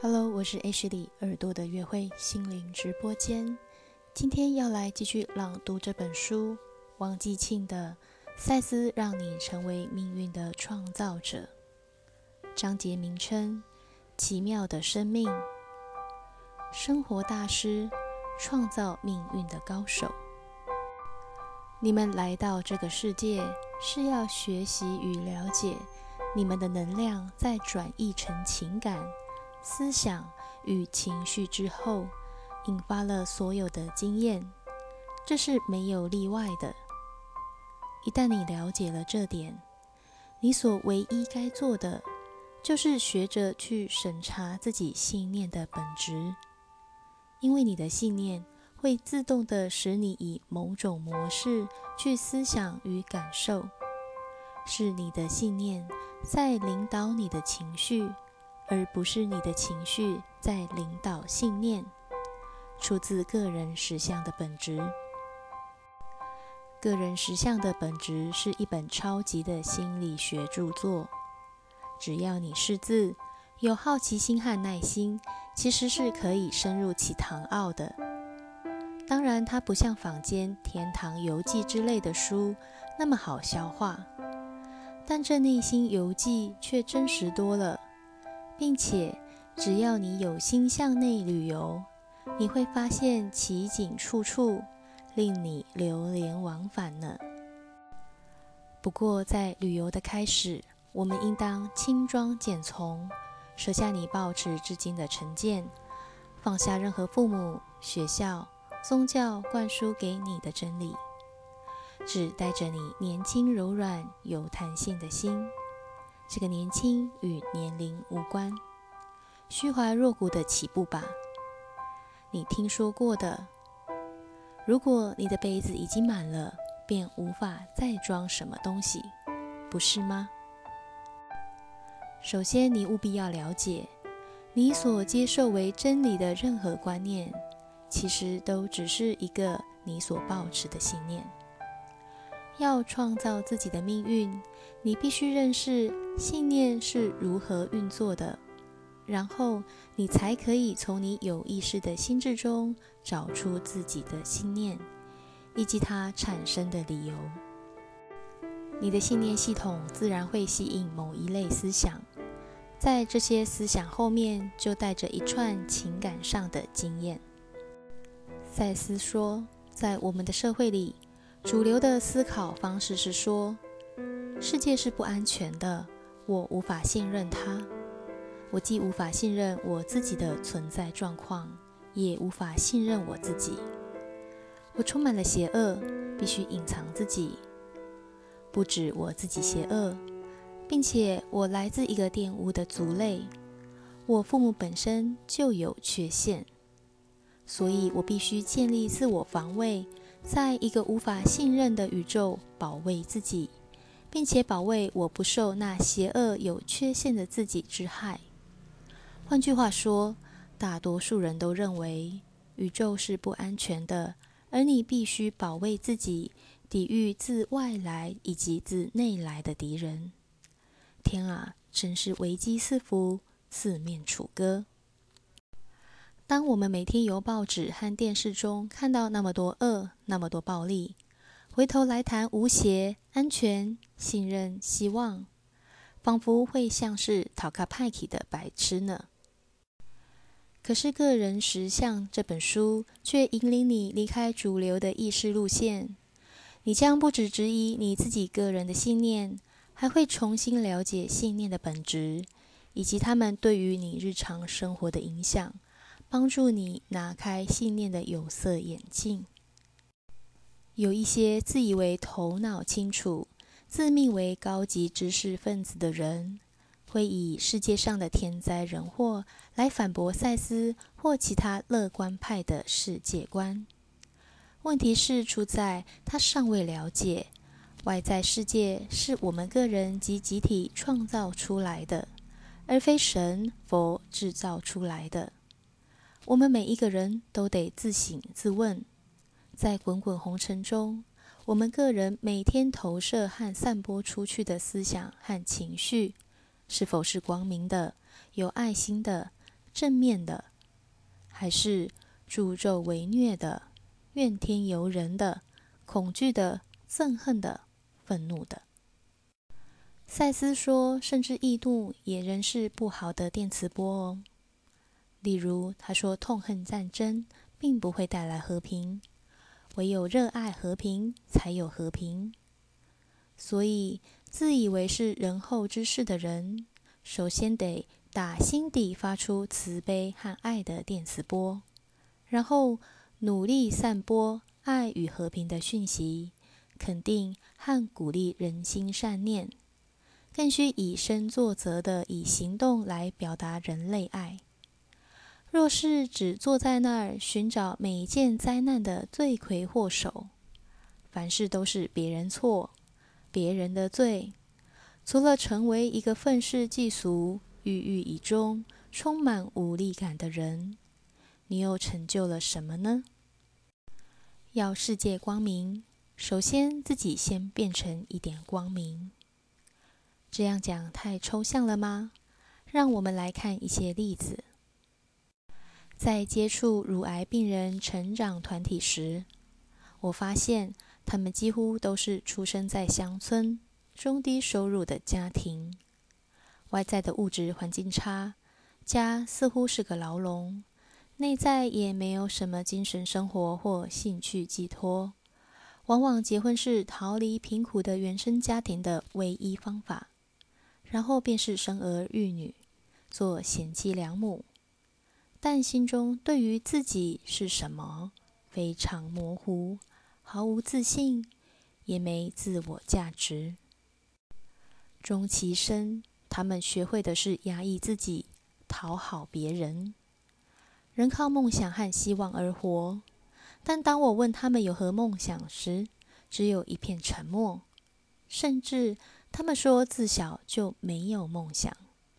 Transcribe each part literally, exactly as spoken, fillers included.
Hello， 我是 Ashley， 耳朵的约会心灵直播间。今天要来继续朗读这本书，王继庆的《赛斯让你成为命运的创造者》。章节名称：奇妙的生命，生活大师，创造命运的高手。你们来到这个世界，是要学习与了解你们的能量在转译成情感、思想与情绪之后，引发了所有的经验，这是没有例外的。一旦你了解了这点，你所唯一该做的，就是学着去审查自己信念的本质，因为你的信念会自动地使你以某种模式去思想与感受，是你的信念在领导你的情绪，而不是你的情绪在领导信念，出自个人实相的本质。个人实相的本质是一本超级的心理学著作，只要你识字，有好奇心和耐心，其实是可以深入其堂奥的。当然，它不像坊间《天堂游记》之类的书那么好消化，但这内心游记却真实多了，并且只要你有心向内旅游，你会发现奇景处处，令你流连忘返呢。不过在旅游的开始，我们应当轻装简从，舍下你抱持至今的成见，放下任何父母、学校、宗教灌输给你的真理，只带着你年轻柔软有弹性的心。这个年轻与年龄无关，虚怀若谷的起步吧。你听说过的，如果你的杯子已经满了，便无法再装什么东西，不是吗？首先，你务必要了解，你所接受为真理的任何观念，其实都只是一个你所抱持的信念。要创造自己的命运，你必须认识信念是如何运作的，然后你才可以从你有意识的心智中找出自己的信念，以及它产生的理由。你的信念系统自然会吸引某一类思想，在这些思想后面就带着一串情感上的经验。赛斯说，在我们的社会里，主流的思考方式是说，世界是不安全的，我无法信任它。我既无法信任我自己的存在状况，也无法信任我自己。我充满了邪恶，必须隐藏自己。不止我自己邪恶，并且我来自一个玷污的族类，我父母本身就有缺陷，所以我必须建立自我防卫，在一个无法信任的宇宙保卫自己，并且保卫我不受那邪恶有缺陷的自己之害。换句话说，大多数人都认为宇宙是不安全的，而你必须保卫自己，抵御自外来以及自内来的敌人。天啊，真是危机四伏，四面楚歌。当我们每天由报纸和电视中看到那么多恶，那么多暴力，回头来谈无邪、安全、信任、希望，仿佛会像是讨卡派克的白痴呢。可是《个人实相》这本书却引领你离开主流的意识路线，你将不只质疑你自己个人的信念，还会重新了解信念的本质，以及它们对于你日常生活的影响，帮助你拿开信念的有色眼镜。有一些自以为头脑清楚、自命为高级知识分子的人，会以世界上的天灾人祸来反驳赛斯或其他乐观派的世界观。问题是出在他尚未了解，外在世界是我们个人及集体创造出来的，而非神佛制造出来的。我们每一个人都得自省自问，在滚滚红尘中，我们个人每天投射和散播出去的思想和情绪，是否是光明的、有爱心的、 正面的，还是助纣为虐的、怨天尤人的、恐惧的、憎恨的、愤怒的？赛斯说，甚至易怒也仍是不好的电磁波哦。例如，他说痛恨战争并不会带来和平，唯有热爱和平才有和平。所以，自以为是仁厚之士的人，首先得打心底发出慈悲和爱的电磁波，然后努力散播爱与和平的讯息，肯定和鼓励人心善念，更需以身作则的以行动来表达人类爱。若是只坐在那儿寻找每一件灾难的罪魁祸首，凡事都是别人错、别人的罪，除了成为一个愤世嫉俗、郁郁以终、充满无力感的人，你又成就了什么呢？要世界光明，首先自己先变成一点光明。这样讲太抽象了吗？让我们来看一些例子。在接触乳癌病人成长团体时，我发现他们几乎都是出生在乡村、中低收入的家庭，外在的物质环境差，家似乎是个牢笼，内在也没有什么精神生活或兴趣寄托。往往结婚是逃离贫苦的原生家庭的唯一方法，然后便是生儿育女，做贤妻良母。但心中对于自己是什么非常模糊，毫无自信，也没自我价值。终其生，他们学会的是压抑自己，讨好别人。人靠梦想和希望而活，但当我问他们有何梦想时，只有一片沉默，甚至他们说自小就没有梦想。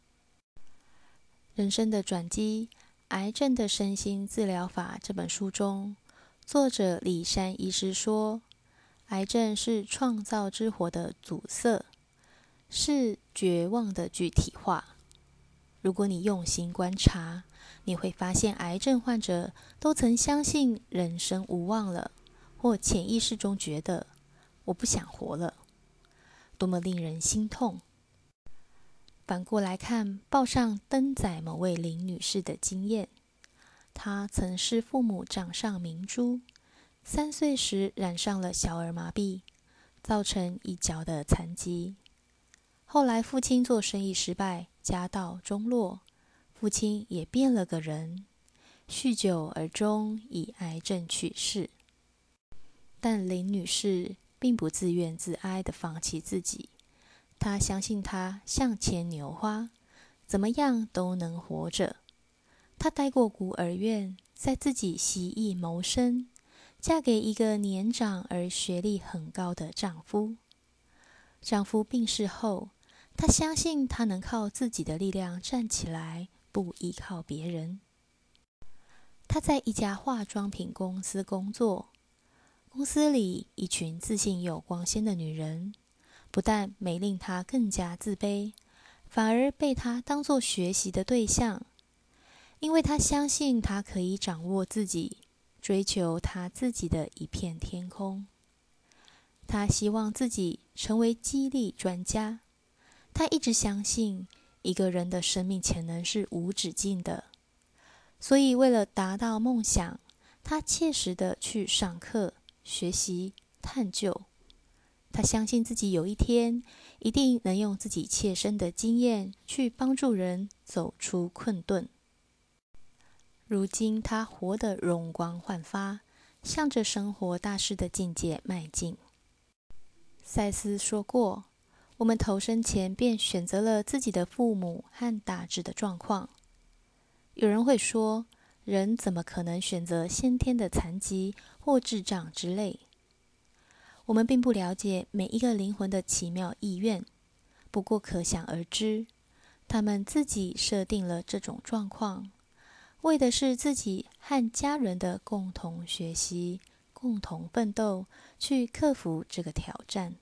人生的转机，《癌症的身心治疗法》这本书中，作者李山医师说，癌症是创造之火的阻塞，是绝望的具体化。如果你用心观察，你会发现癌症患者都曾相信人生无望了，或潜意识中觉得我不想活了，多么令人心痛。反过来看，报上登载某位林女士的经验，她曾是父母掌上明珠，三岁时染上了小儿麻痹，造成一脚的残疾。后来父亲做生意失败，家道中落，父亲也变了个人，酗酒而终，以癌症去世。但林女士并不自怨自哀地放弃自己，她相信她像牵牛花，怎么样都能活着。她待过孤儿院，在自己习艺谋生，嫁给一个年长而学历很高的丈夫。丈夫病逝后，她相信她能靠自己的力量站起来，不依靠别人。她在一家化妆品公司工作，公司里一群自信又光鲜的女人，不但没令她更加自卑，反而被她当作学习的对象，因为她相信她可以掌握自己，追求她自己的一片天空。她希望自己成为激励专家。她一直相信一个人的生命潜能是无止境的，所以为了达到梦想，她切实地去上课、学习、探究。她相信自己有一天一定能用自己切身的经验去帮助人走出困顿。如今她活得容光焕发，向着生活大师的境界迈进。赛斯说过，我们投生前便选择了自己的父母和大致的状况。有人会说，人怎么可能选择先天的残疾或智障之类？我们并不了解每一个灵魂的奇妙意愿，不过可想而知，他们自己设定了这种状况，为的是自己和家人的共同学习、共同奋斗，去克服这个挑战。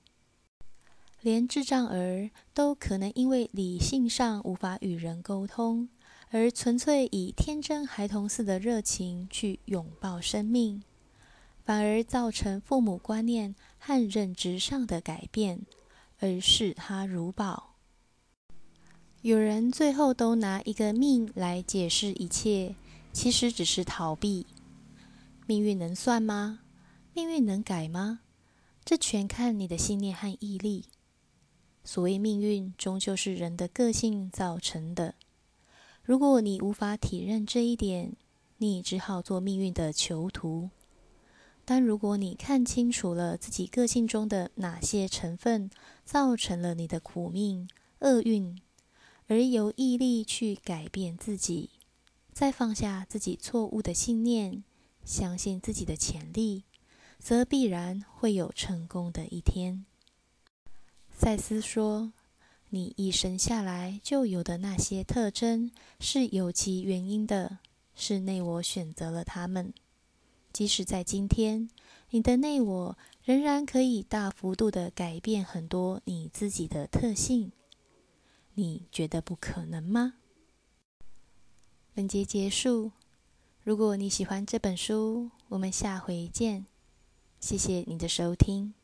连智障儿都可能因为理性上无法与人沟通， 而纯粹以天真孩童似的热情去拥抱生命，反而造成父母观念和认知上的改变，而视它如宝。有人最后都拿一个命来解释一切，其实只是逃避。命运能算吗？命运能改吗？这全看你的信念和毅力。所谓命运，终究是人的个性造成的。如果你无法体认这一点，你只好做命运的囚徒。但如果你看清楚了自己个性中的哪些成分造成了你的苦命、厄运，而由毅力去改变自己，再放下自己错误的信念，相信自己的潜力，则必然会有成功的一天。赛斯说，你一生下来就有的那些特征是有其原因的，是内我选择了它们。即使在今天，你的内我仍然可以大幅度地改变很多你自己的特性。你觉得不可能吗？本节结束。如果你喜欢这本书，我们下回见。谢谢你的收听。